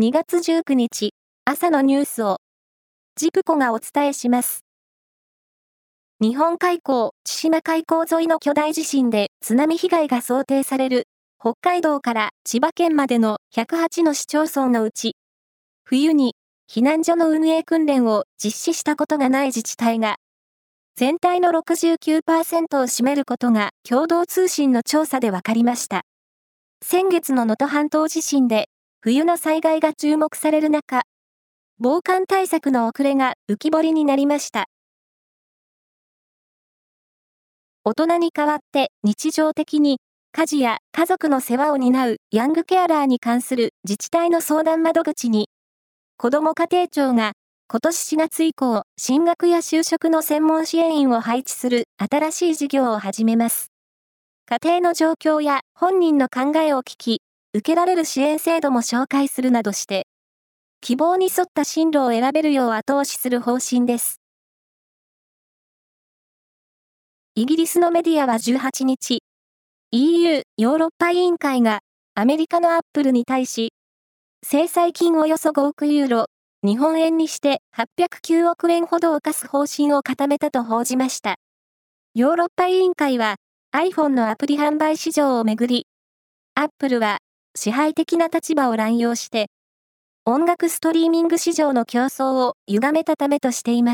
2月19日、朝のニュースを、ジプコがお伝えします。日本海溝、千島海溝沿いの巨大地震で津波被害が想定される、北海道から千葉県までの108の市町村のうち、冬に避難所の運営訓練を実施したことがない自治体が、全体の 69% を占めることが共同通信の調査で分かりました。先月の能登半島地震で、冬の災害が注目される中、防寒対策の遅れが浮き彫りになりました。大人に代わって日常的に家事や家族の世話を担うヤングケアラーに関する自治体の相談窓口に、子ども家庭庁が今年4月以降、進学や就職の専門支援員を配置する新しい事業を始めます。家庭の状況や本人の考えを聞き、受けられる支援制度も紹介するなどして、希望に沿った進路を選べるよう後押しする方針です。イギリスのメディアは18日、EU ヨーロッパ委員会がアメリカのアップルに対し、制裁金およそ5億ユーロ、日本円にして809億円ほどを課す方針を固めたと報じました。ヨーロッパ委員会は iPhone のアプリ販売市場をめぐり、アップルは支配的な立場を乱用して、音楽ストリーミング市場の競争を歪めたためとしています。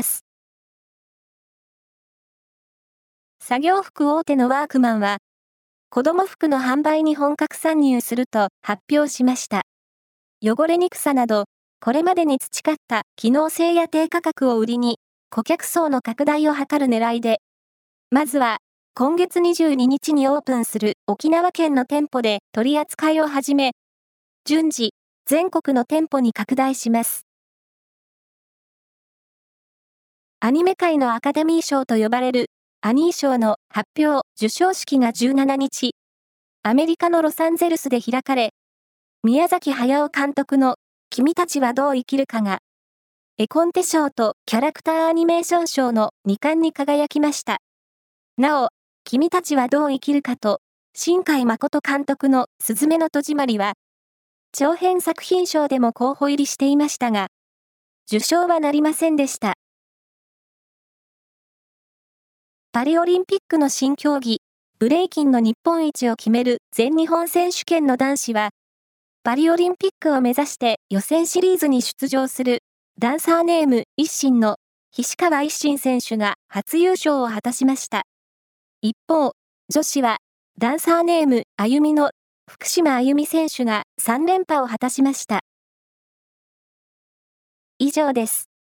作業服大手のワークマンは、子供服の販売に本格参入すると発表しました。汚れにくさなど、これまでに培った機能性や低価格を売りに、顧客層の拡大を図る狙いで、まずは、今月22日にオープンする沖縄県の店舗で取り扱いを始め、順次、全国の店舗に拡大します。アニメ界のアカデミー賞と呼ばれるアニー賞の発表・授賞式が17日、アメリカのロサンゼルスで開かれ、宮崎駿監督の君たちはどう生きるかが、絵コンテ賞とキャラクターアニメーション賞の2冠に輝きました。なお、君たちはどう生きるかと、新海誠監督のすずめの戸締まりは、長編作品賞でも候補入りしていましたが、受賞はなりませんでした。パリオリンピックの新競技、ブレイキンの日本一を決める全日本選手権の男子は、パリオリンピックを目指して予選シリーズに出場する、ダンサーネーム一心の菱川一心選手が初優勝を果たしました。一方、女子は、ダンサーネームあゆみの福島あゆみ選手が3連覇を果たしました。以上です。